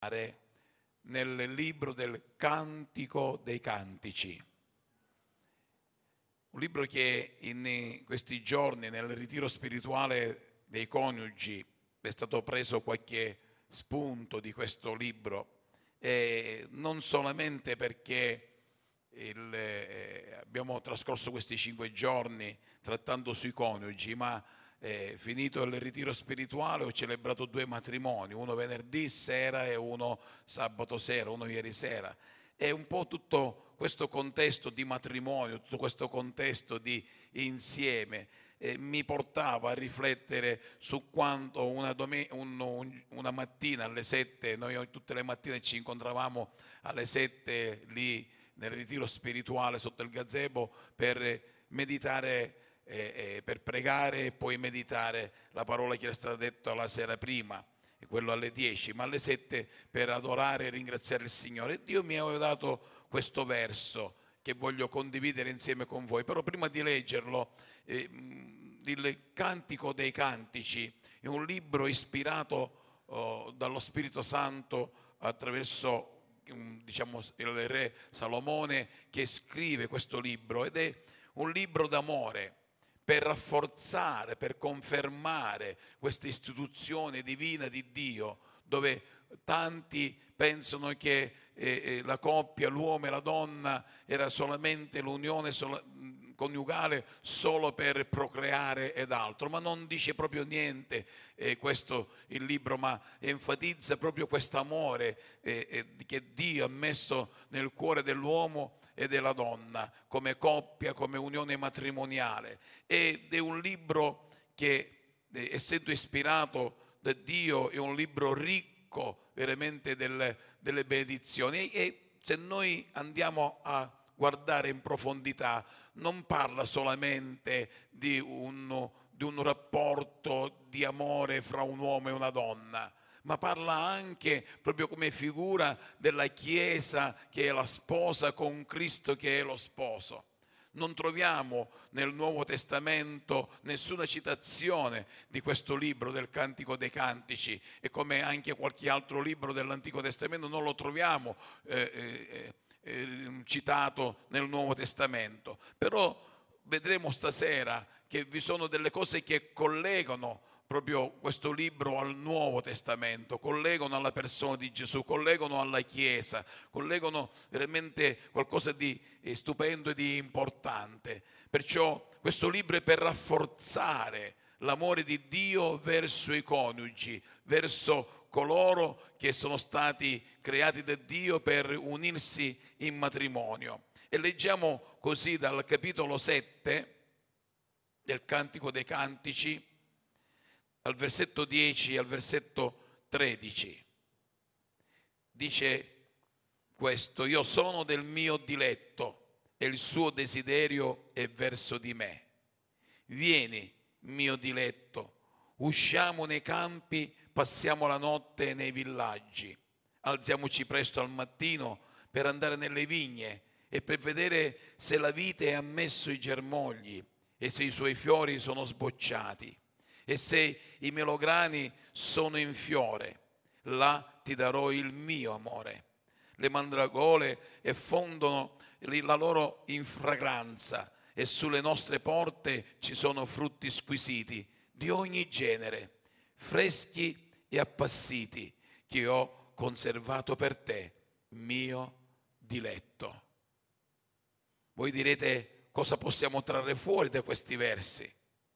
nel libro del Cantico dei Cantici, un libro che in questi giorni nel ritiro spirituale dei coniugi è stato preso qualche spunto di questo libro, e non solamente perché abbiamo trascorso questi 5 giorni trattando sui coniugi, ma finito il ritiro spirituale ho celebrato 2 matrimoni, uno venerdì sera e uno sabato sera, uno ieri sera. E un po' tutto questo contesto di matrimonio, tutto questo contesto di insieme mi portava a riflettere su quanto una mattina alle 7, noi tutte le mattine ci incontravamo alle 7 lì nel ritiro spirituale sotto il gazebo per meditare, per pregare e poi meditare la parola che era stata detta la sera prima, e quello alle 10, ma alle 7 per adorare e ringraziare il Signore. E Dio mi aveva dato questo verso che voglio condividere insieme con voi, però prima di leggerlo, il Cantico dei Cantici è un libro ispirato dallo Spirito Santo attraverso diciamo, il re Salomone, che scrive questo libro, ed è un libro d'amore per rafforzare, per confermare questa istituzione divina di Dio, dove tanti pensano che la coppia, l'uomo e la donna era solamente l'unione coniugale solo per procreare ed altro, ma non dice proprio niente questo il libro, ma enfatizza proprio questo amore che Dio ha messo nel cuore dell'uomo e della donna come coppia, come unione matrimoniale. Ed è un libro che, essendo ispirato da Dio, è un libro ricco veramente delle benedizioni, e se noi andiamo a guardare in profondità non parla solamente di un rapporto di amore fra un uomo e una donna, ma parla anche proprio come figura della Chiesa che è la sposa con Cristo che è lo sposo. Non troviamo nel Nuovo Testamento nessuna citazione di questo libro del Cantico dei Cantici, e come anche qualche altro libro dell'Antico Testamento non lo troviamo citato nel Nuovo Testamento. Però vedremo stasera che vi sono delle cose che collegano proprio questo libro al Nuovo Testamento, collegano alla persona di Gesù, collegano alla Chiesa, collegano veramente qualcosa di stupendo e di importante. Perciò questo libro è per rafforzare l'amore di Dio verso i coniugi, verso coloro che sono stati creati da Dio per unirsi in matrimonio. E leggiamo così dal capitolo 7 del Cantico dei Cantici, al versetto 10 al versetto 13. Dice questo: io sono del mio diletto e il suo desiderio è verso di me. Vieni, mio diletto, usciamo nei campi, passiamo la notte nei villaggi, alziamoci presto al mattino per andare nelle vigne e per vedere se la vite ha messo i germogli e se i suoi fiori sono sbocciati e se i melograni sono in fiore. Là ti darò il mio amore. Le mandragole effondono la loro in fragranza e sulle nostre porte ci sono frutti squisiti di ogni genere, freschi e appassiti, che ho conservato per te, mio diletto. Voi direte: cosa possiamo trarre fuori da questi versi?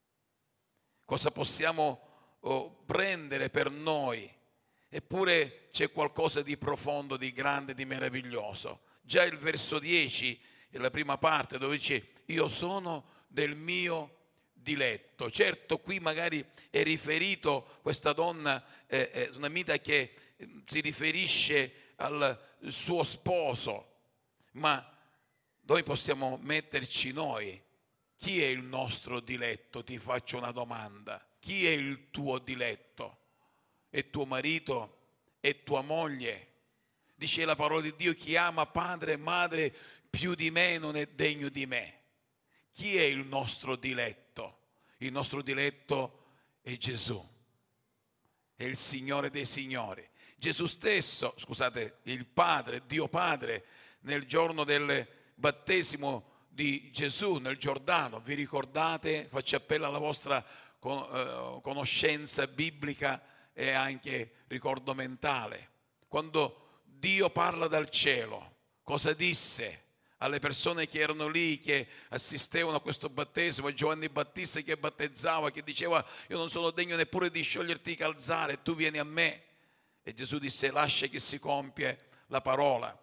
Cosa possiamo prendere per noi? Eppure c'è qualcosa di profondo, di grande, di meraviglioso. Già il verso 10 è la prima parte dove dice: io sono del mio diletto. Certo, qui magari è riferito questa donna sunamita che si riferisce al suo sposo, ma noi possiamo metterci noi. Chi è il nostro diletto? Ti faccio una domanda. Chi è il tuo diletto? È tuo marito? È tua moglie? Dice la parola di Dio: chi ama padre e madre più di me non è degno di me. Chi è il nostro diletto? Il nostro diletto è Gesù, è il Signore dei Signori. Gesù stesso, scusate, il Padre, Dio Padre, nel giorno del battesimo di Gesù nel Giordano, vi ricordate? Faccio appello alla vostra conoscenza biblica e anche ricordo mentale. Quando Dio parla dal cielo, cosa disse alle persone che erano lì, che assistevano a questo battesimo, a Giovanni Battista che battezzava, che diceva: io non sono degno neppure di scioglierti i calzari, tu vieni a me. E Gesù disse: lascia che si compie la parola.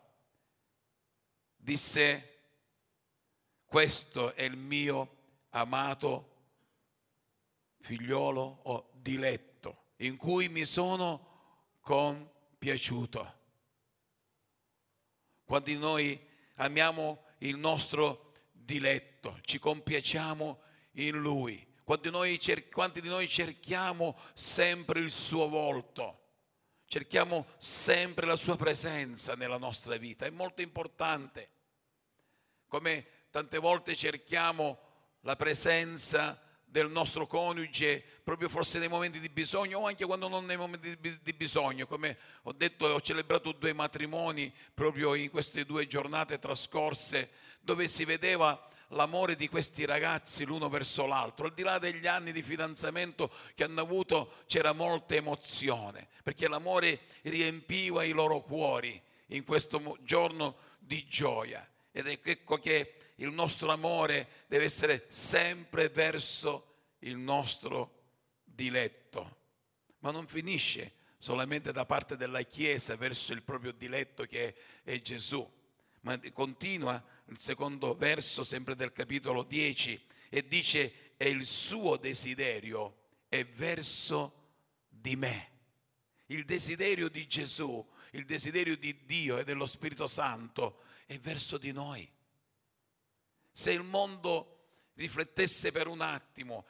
Disse: questo è il mio amato figliolo o diletto, in cui mi sono compiaciuto. Quando noi amiamo il nostro diletto, ci compiacciamo in Lui. Quanti di noi cerchiamo sempre il suo volto, cerchiamo sempre la sua presenza nella nostra vita, è molto importante. Come tante volte cerchiamo la presenza del nostro coniuge proprio forse nei momenti di bisogno o anche quando non nei momenti di bisogno. Come ho detto, ho celebrato 2 matrimoni proprio in queste 2 giornate trascorse, dove si vedeva l'amore di questi ragazzi l'uno verso l'altro. Al di là degli anni di fidanzamento che hanno avuto, c'era molta emozione, perché l'amore riempiva i loro cuori in questo giorno di gioia. Ed ecco che il nostro amore deve essere sempre verso il nostro diletto, ma non finisce solamente da parte della Chiesa verso il proprio diletto che è Gesù, ma continua il secondo verso sempre del capitolo 10 e dice: e il suo desiderio è verso di me. Il desiderio di Gesù, il desiderio di Dio e dello Spirito Santo è verso di noi. Se il mondo riflettesse per un attimo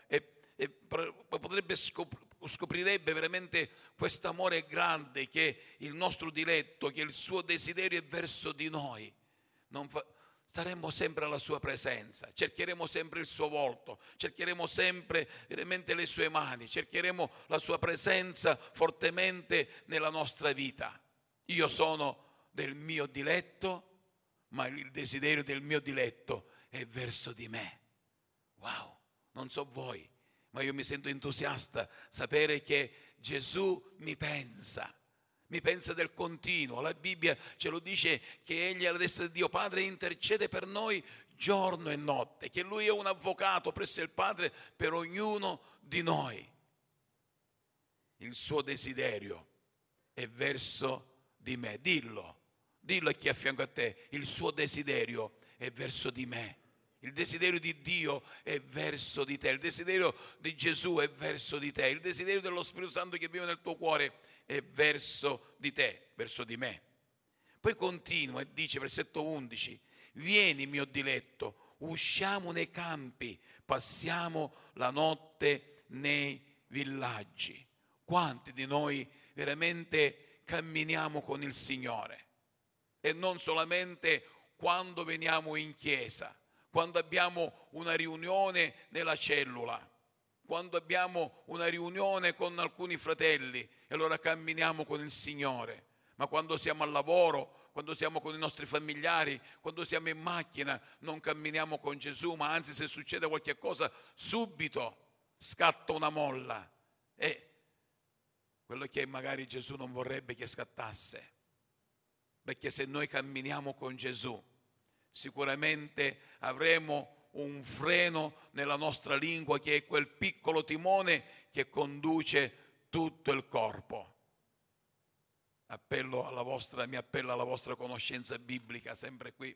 scoprirebbe veramente questo amore grande che il nostro diletto, che il suo desiderio è verso di noi, staremmo sempre alla sua presenza, cercheremo sempre il suo volto, cercheremo sempre veramente le sue mani, cercheremo la sua presenza fortemente nella nostra vita. Io sono del mio diletto, ma il desiderio del mio diletto è verso di me. Wow, non so voi, ma io mi sento entusiasta sapere che Gesù mi pensa del continuo. La Bibbia ce lo dice che Egli è alla destra di Dio Padre e intercede per noi giorno e notte, che Lui è un avvocato presso il Padre per ognuno di noi. Il suo desiderio è verso di me. Dillo a chi è a fianco a te: il suo desiderio è verso di me. Il desiderio di Dio è verso di te, il desiderio di Gesù è verso di te, il desiderio dello Spirito Santo che vive nel tuo cuore è verso di te, verso di me. Poi continua e dice, versetto 11: vieni mio diletto, usciamo nei campi, passiamo la notte nei villaggi. Quanti di noi veramente camminiamo con il Signore? E non solamente quando veniamo in chiesa, quando abbiamo una riunione nella cellula, quando abbiamo una riunione con alcuni fratelli e allora camminiamo con il Signore, ma quando siamo al lavoro, quando siamo con i nostri familiari, quando siamo in macchina, non camminiamo con Gesù, ma anzi, se succede qualche cosa subito scatta una molla, e quello che magari Gesù non vorrebbe che scattasse, perché se noi camminiamo con Gesù sicuramente avremo un freno nella nostra lingua, che è quel piccolo timone che conduce tutto il corpo. Mi appello alla vostra conoscenza biblica, sempre qui.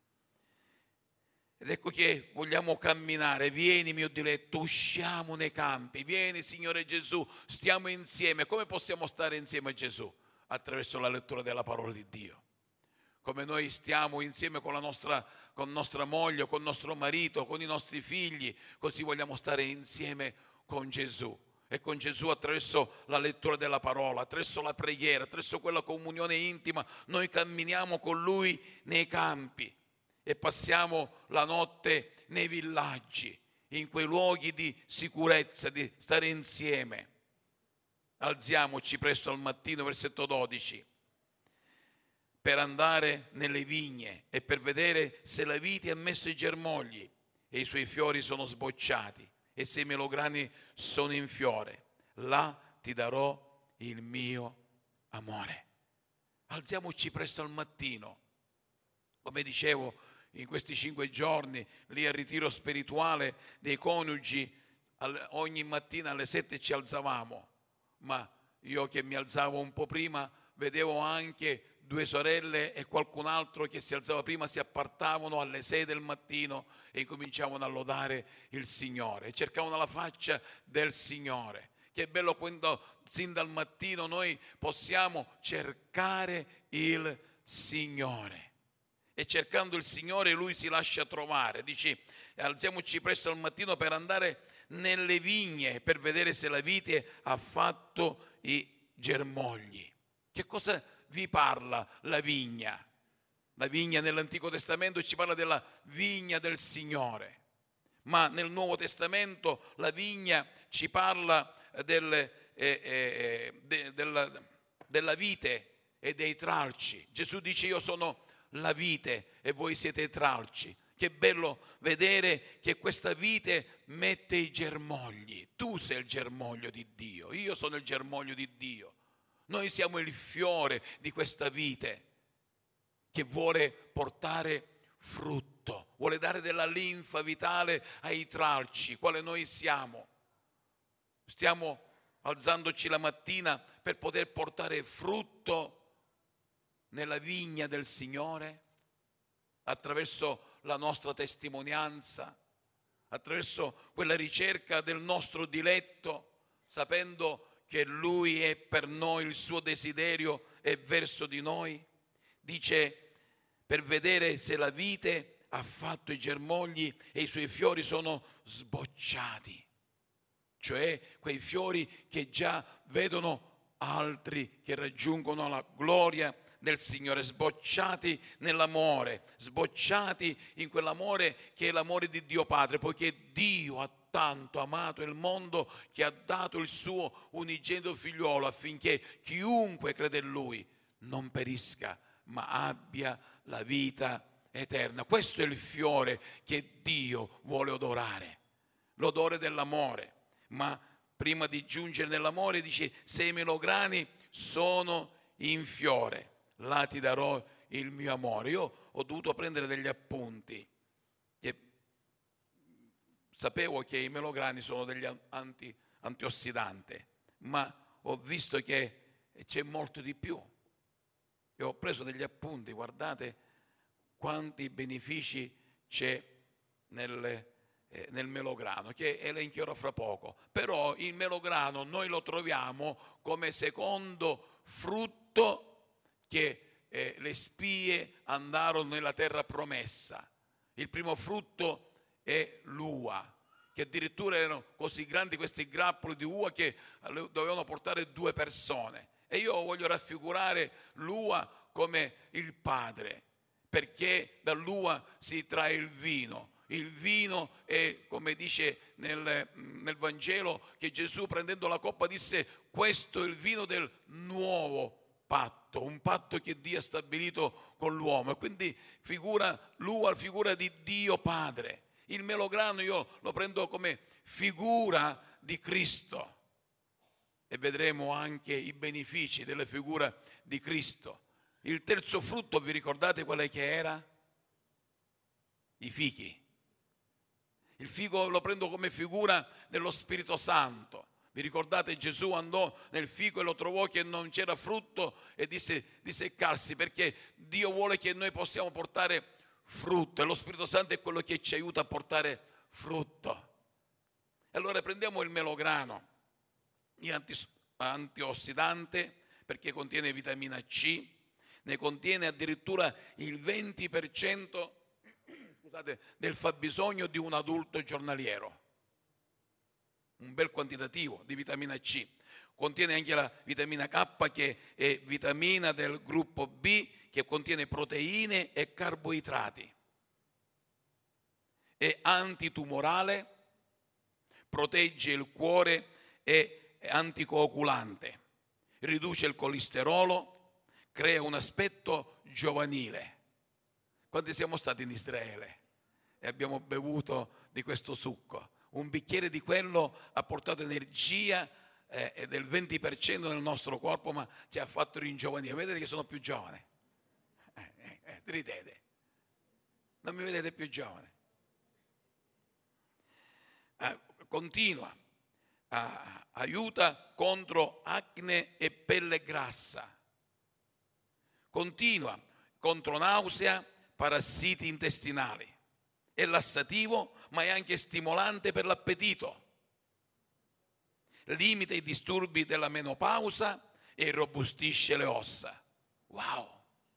Ed ecco che vogliamo camminare. Vieni mio diletto, usciamo nei campi. Vieni Signore Gesù, stiamo insieme. Come possiamo stare insieme a Gesù? Attraverso la lettura della parola di Dio. Come noi stiamo insieme con nostra moglie, con nostro marito, con i nostri figli, così vogliamo stare insieme con Gesù. E con Gesù attraverso la lettura della parola, attraverso la preghiera, attraverso quella comunione intima, noi camminiamo con Lui nei campi e passiamo la notte nei villaggi, in quei luoghi di sicurezza, di stare insieme. alziamoci presto al mattino, versetto 12, per andare nelle vigne e per vedere se la vite ha messo i germogli e i suoi fiori sono sbocciati e se i melograni sono in fiore. Là ti darò il mio amore. Alziamoci presto al mattino. Come dicevo, in questi 5 giorni, lì al ritiro spirituale dei coniugi, ogni mattina alle 7 ci alzavamo, ma io che mi alzavo un po' prima, vedevo anche 2 sorelle e qualcun altro che si alzava prima, si appartavano alle 6 del mattino e incominciavano a lodare il Signore, cercavano la faccia del Signore. Che bello quando sin dal mattino noi possiamo cercare il Signore. E cercando il Signore Lui si lascia trovare. Dici, alziamoci presto al mattino per andare nelle vigne, per vedere se la vite ha fatto i germogli. Che cosa vi parla la vigna? La vigna nell'Antico Testamento ci parla della vigna del Signore, ma nel Nuovo Testamento la vigna ci parla della vite e dei tralci. Gesù dice: io sono la vite e voi siete i tralci. Che bello vedere che questa vite mette i germogli. Tu sei il germoglio di Dio, io sono il germoglio di Dio. Noi siamo il fiore di questa vite che vuole portare frutto, vuole dare della linfa vitale ai tralci, quale noi siamo. Stiamo alzandoci la mattina per poter portare frutto nella vigna del Signore, attraverso la nostra testimonianza, attraverso quella ricerca del nostro diletto, sapendo che Lui è per noi, il suo desiderio è verso di noi. Dice, per vedere se la vite ha fatto i germogli e i suoi fiori sono sbocciati, cioè quei fiori che già vedono altri che raggiungono la gloria del Signore, sbocciati nell'amore, sbocciati in quell'amore che è l'amore di Dio Padre, poiché Dio ha tanto amato il mondo che ha dato il suo unigenito figliuolo affinché chiunque crede in Lui non perisca ma abbia la vita eterna. Questo è il fiore che Dio vuole odorare, l'odore dell'amore. Ma prima di giungere nell'amore dice: se i melograni sono in fiore, là ti darò il mio amore. Io ho dovuto prendere degli appunti, che sapevo che i melograni sono degli antiossidanti, ma ho visto che c'è molto di più. E ho preso degli appunti, guardate quanti benefici c'è nel melograno, che elencherò fra poco. Però il melograno noi lo troviamo come secondo frutto che le spie andarono nella terra promessa. Il primo frutto è l'uva, che addirittura erano così grandi questi grappoli di uva che dovevano portare 2 persone. E io voglio raffigurare l'uva come il Padre, perché dall'uva si trae il vino. Il vino è, come dice nel Vangelo, che Gesù prendendo la coppa disse: questo è il vino del nuovo patto, un patto che Dio ha stabilito con l'uomo. E quindi l'uva figura di Dio Padre. Il melograno io lo prendo come figura di Cristo. E vedremo anche i benefici della figura di Cristo. Il terzo frutto, vi ricordate quale che era? I fichi. Il fico lo prendo come figura dello Spirito Santo. Vi ricordate, Gesù andò nel fico e lo trovò che non c'era frutto e disse di seccarsi, perché Dio vuole che noi possiamo portare frutto e lo Spirito Santo è quello che ci aiuta a portare frutto. E allora prendiamo il melograno, antiossidante, perché contiene vitamina C, ne contiene addirittura il 20% del fabbisogno di un adulto giornaliero, un bel quantitativo di vitamina C. Contiene anche la vitamina K, che è vitamina del gruppo B, che contiene proteine e carboidrati. È antitumorale, protegge il cuore e è anticoagulante, riduce il colesterolo, crea un aspetto giovanile. Quando siamo stati in Israele e abbiamo bevuto di questo succo, un bicchiere di quello ha portato energia del 20% nel nostro corpo, ma ci ha fatto ringiovanire. Vedete che sono più giovane? Ridete, non mi vedete più giovane. Continua, aiuta contro acne e pelle grassa, continua contro nausea, parassiti intestinali, è lassativo ma è anche stimolante per l'appetito, limita i disturbi della menopausa e irrobustisce le ossa. Wow!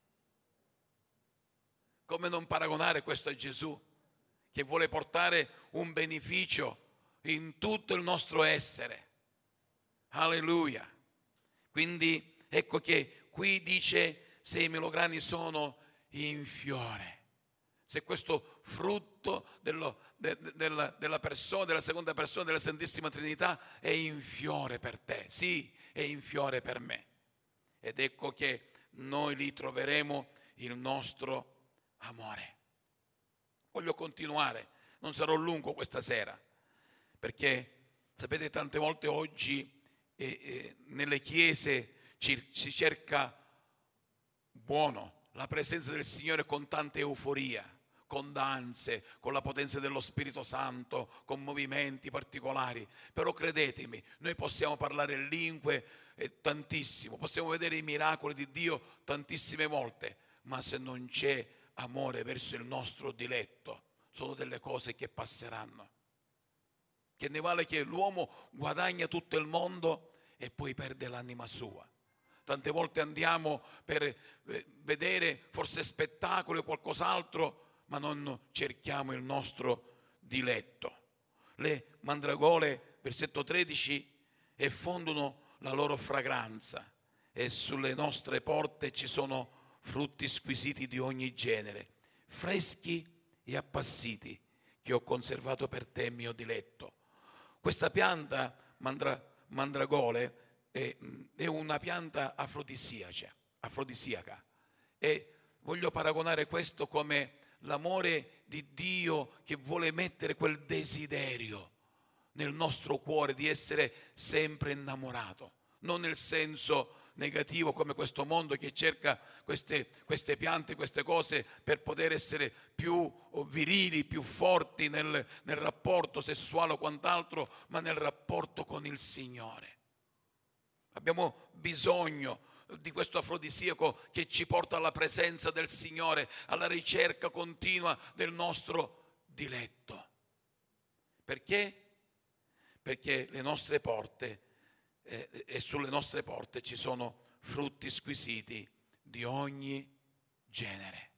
Come non paragonare questo a Gesù, che vuole portare un beneficio in tutto il nostro essere. Alleluia. Quindi ecco che qui dice: se i melograni sono in fiore, se questo frutto della persona, della seconda persona della Santissima Trinità è in fiore per te, sì, è in fiore per me. Ed ecco che noi lì troveremo il nostro amore. Voglio continuare, non sarò lungo questa sera, perché sapete, tante volte oggi nelle chiese si cerca la presenza del Signore con tanta euforia, con danze, con la potenza dello Spirito Santo, con movimenti particolari. Però credetemi, noi possiamo parlare lingue tantissimo, possiamo vedere i miracoli di Dio tantissime volte, ma se non c'è amore verso il nostro diletto, sono delle cose che passeranno. Che ne vale che l'uomo guadagna tutto il mondo e poi perde l'anima sua. Tante volte andiamo per vedere forse spettacoli o qualcos'altro, ma non cerchiamo il nostro diletto. Le mandragole, versetto 13, effondono la loro fragranza e sulle nostre porte ci sono frutti squisiti di ogni genere, freschi e appassiti, che ho conservato per te, mio diletto. Questa pianta mandragole è una pianta afrodisiaca, e voglio paragonare questo come l'amore di Dio che vuole mettere quel desiderio nel nostro cuore di essere sempre innamorato, non nel senso negativo come questo mondo che cerca queste piante, queste cose per poter essere più virili, più forti nel rapporto sessuale o quant'altro, ma nel rapporto con il Signore. Abbiamo bisogno di questo afrodisiaco che ci porta alla presenza del Signore, alla ricerca continua del nostro diletto. Perché? Perché le nostre porte e sulle nostre porte ci sono frutti squisiti di ogni genere.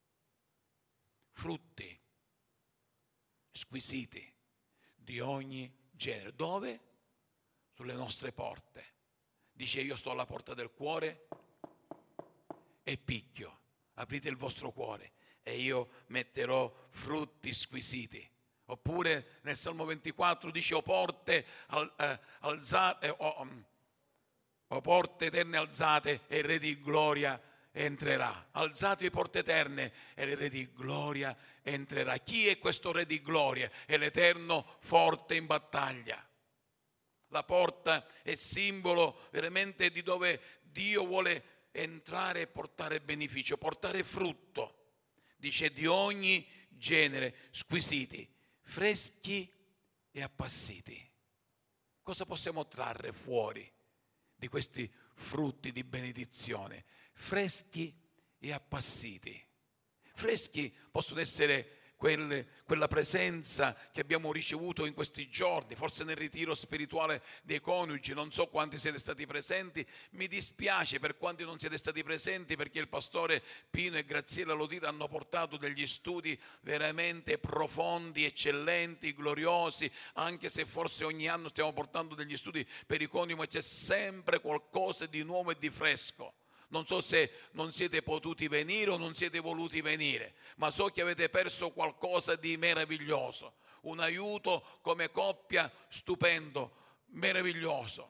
Frutti squisiti di ogni genere. Dove? Sulle nostre porte. Dice: io sto alla porta del cuore e picchio, aprite il vostro cuore e io metterò frutti squisiti. Oppure nel Salmo 24 dice: o porte alzate, o porte eterne alzate, e il Re di gloria entrerà. Alzatevi porte eterne e il Re di gloria entrerà. Chi è questo Re di gloria? È l'Eterno forte in battaglia. La porta è simbolo veramente di dove Dio vuole entrare e portare beneficio, portare frutto. Dice: di ogni genere, squisiti, freschi e appassiti. Cosa possiamo trarre fuori di questi frutti di benedizione? Freschi e appassiti. Freschi possono essere quella presenza che abbiamo ricevuto in questi giorni, forse nel ritiro spirituale dei coniugi. Non so quanti siete stati presenti, mi dispiace per quanti non siete stati presenti, perché il pastore Pino e Graziella Lodita hanno portato degli studi veramente profondi, eccellenti, gloriosi, anche se forse ogni anno stiamo portando degli studi per i coniugi, ma c'è sempre qualcosa di nuovo e di fresco. Non so se non siete potuti venire o non siete voluti venire, ma so che avete perso qualcosa di meraviglioso, un aiuto come coppia stupendo, meraviglioso.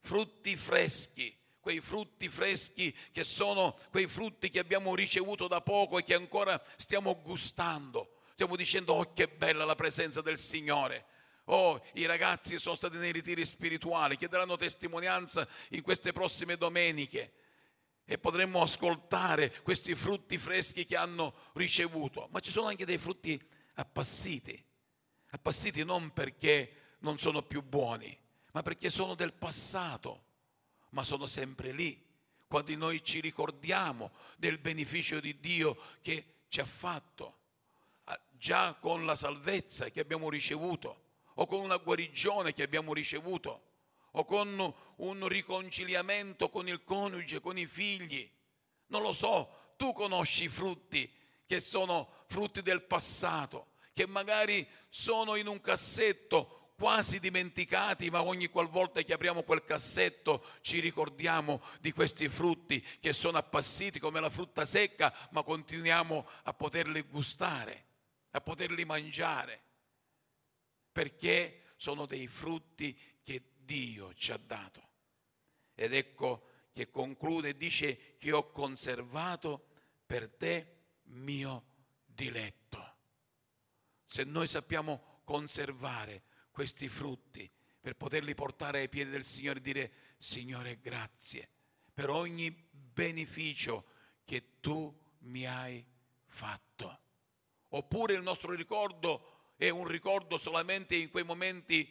frutti freschi, quei frutti freschi che sono quei frutti che abbiamo ricevuto da poco e che ancora stiamo gustando. Stiamo dicendo: oh, che bella la presenza del Signore. Oh, i ragazzi sono stati nei ritiri spirituali, chiederanno testimonianza in queste prossime domeniche e potremmo ascoltare questi frutti freschi che hanno ricevuto. Ma ci sono anche dei frutti appassiti non perché non sono più buoni, ma perché sono del passato, ma sono sempre lì. Quando noi ci ricordiamo del beneficio di Dio che ci ha fatto, già con la salvezza che abbiamo ricevuto, o con una guarigione che abbiamo ricevuto, o con un riconciliamento con il coniuge, con i figli. Non lo so, tu conosci i frutti che sono frutti del passato, che magari sono in un cassetto quasi dimenticati, ma ogni qualvolta che apriamo quel cassetto ci ricordiamo di questi frutti che sono appassiti come la frutta secca, ma continuiamo a poterli gustare, a poterli mangiare, perché sono dei frutti che Dio ci ha dato. Ed ecco che conclude e dice: che ho conservato per te mio diletto. Se noi sappiamo conservare questi frutti per poterli portare ai piedi del Signore e dire: Signore, grazie per ogni beneficio che tu mi hai fatto. Oppure il nostro ricordo è un ricordo solamente in quei momenti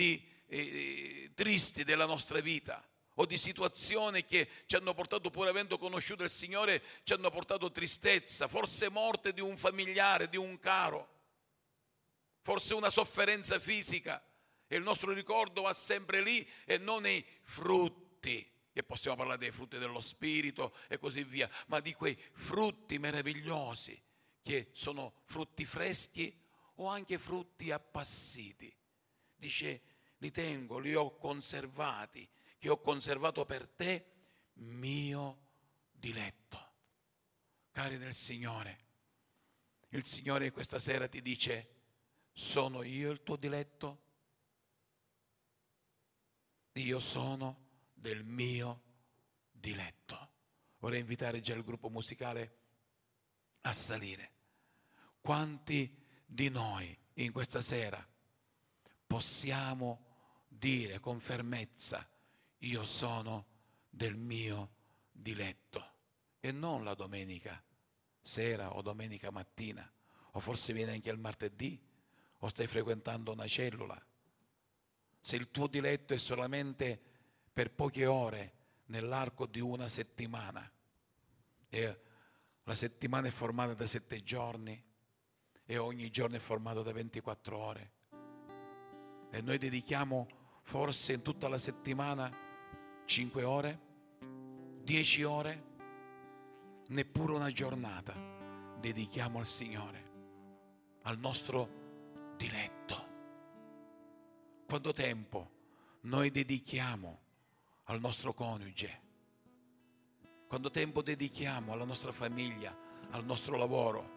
tristi della nostra vita, o di situazioni che ci hanno portato, pur avendo conosciuto il Signore, ci hanno portato tristezza, forse morte di un familiare, di un caro, forse una sofferenza fisica, e il nostro ricordo va sempre lì e non nei frutti, che possiamo parlare dei frutti dello Spirito e così via, ma di quei frutti meravigliosi che sono frutti freschi o anche frutti appassiti. Dice: li tengo, li ho conservati, che ho conservato per te mio diletto. Cari del Signore, il Signore questa sera ti dice: sono io il tuo diletto? Io sono del mio diletto. Vorrei invitare già il gruppo musicale a salire. Quanti di noi in questa sera possiamo dire con fermezza: io sono del mio diletto? E non la domenica sera o domenica mattina, o forse viene anche il martedì, o stai frequentando una cellula. Se il tuo diletto è solamente per poche ore nell'arco di una settimana, e la settimana è formata da 7 giorni e ogni giorno è formato da 24 ore, e noi dedichiamo forse in tutta la settimana 5 ore, 10 ore, neppure una giornata dedichiamo al Signore, al nostro diletto. Quanto tempo noi dedichiamo al nostro coniuge? Quanto tempo dedichiamo alla nostra famiglia, al nostro lavoro,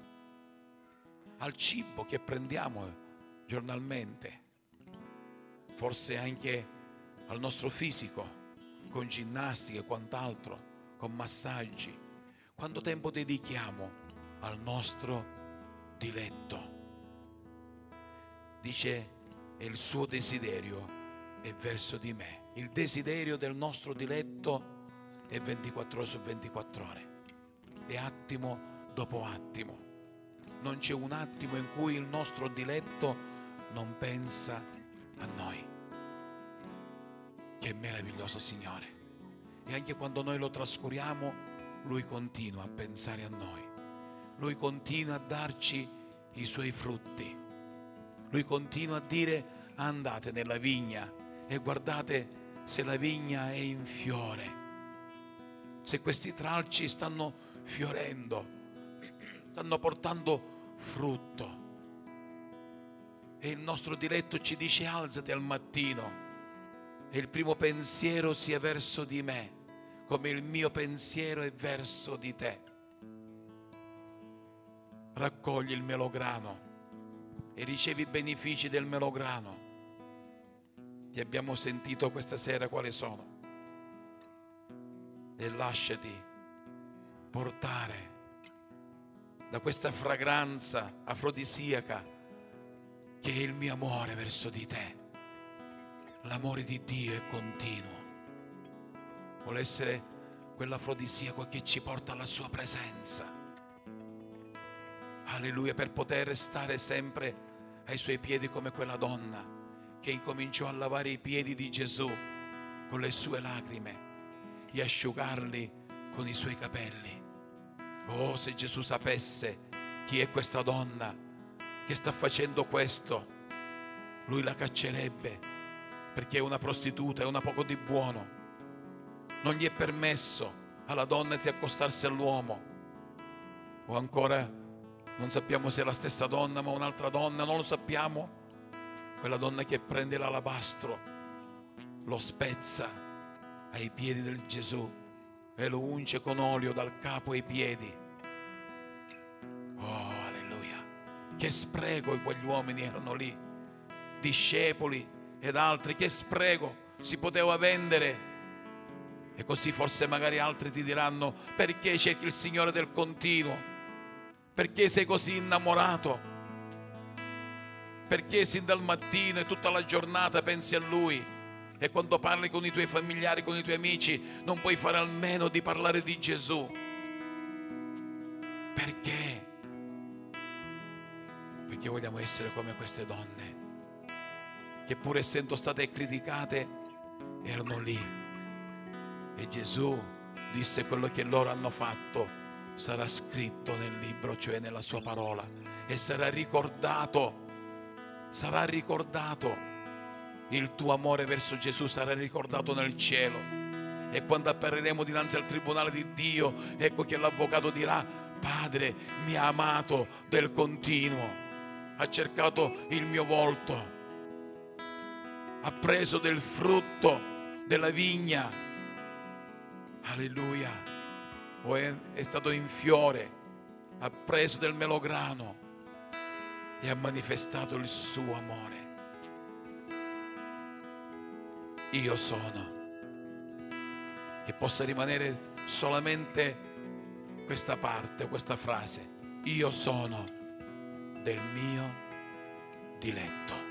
al cibo che prendiamo giornalmente, forse anche al nostro fisico, con ginnastica e quant'altro, con massaggi? Quanto tempo dedichiamo al nostro diletto? Dice: e il suo desiderio è verso di me. Il desiderio del nostro diletto è 24 ore su 24 ore, è attimo dopo attimo. Non c'è un attimo in cui il nostro diletto non pensa a noi. Che meraviglioso Signore! E anche quando noi lo trascuriamo, Lui continua a pensare a noi. Lui continua a darci i Suoi frutti. Lui continua a dire: andate nella vigna e guardate se la vigna è in fiore, se questi tralci stanno fiorendo, stanno portando frutto. E il nostro diletto ci dice: alzati al mattino e il primo pensiero sia verso di me, come il mio pensiero è verso di te. Raccogli il melograno e ricevi i benefici del melograno. che abbiamo sentito questa sera quali sono, e lasciati portare da questa fragranza afrodisiaca che è il mio amore verso di te. L'amore di Dio è continuo, vuole essere quell'afrodisiaco che ci porta alla sua presenza. Alleluia, per poter stare sempre ai suoi piedi come quella donna che incominciò a lavare i piedi di Gesù con le sue lacrime e asciugarli con i suoi capelli. Oh, se Gesù sapesse chi è questa donna che sta facendo questo, lui la caccerebbe, perché è una prostituta, è una poco di buono. Non gli è permesso alla donna di accostarsi all'uomo. O ancora, non sappiamo se è la stessa donna ma un'altra donna, non lo sappiamo. Quella donna che prende l'alabastro, lo spezza ai piedi del Gesù e lo unge con olio dal capo ai piedi. Oh, alleluia, che spreco quegli uomini erano lì, discepoli ed altri, che spreco, si poteva vendere. E così forse magari altri ti diranno: perché cerchi il Signore del continuo? Perché sei così innamorato? Perché sin dal mattino e tutta la giornata pensi a Lui, e quando parli con i tuoi familiari, con i tuoi amici, non puoi fare almeno di parlare di Gesù? Perché? Perché vogliamo essere come queste donne che, pur essendo state criticate, erano lì. E Gesù disse: quello che loro hanno fatto sarà scritto nel libro, cioè nella sua parola, e sarà ricordato. Sarà ricordato. Il tuo amore verso Gesù sarà ricordato nel cielo. E quando appariremo dinanzi al tribunale di Dio, ecco che l'avvocato dirà: Padre mi ha amato del continuo, ha cercato il mio volto, ha preso del frutto della vigna, alleluia, o è stato in fiore, ha preso del melograno e ha manifestato il suo amore. Io sono. Che possa rimanere solamente questa parte, questa frase: io sono del mio diletto.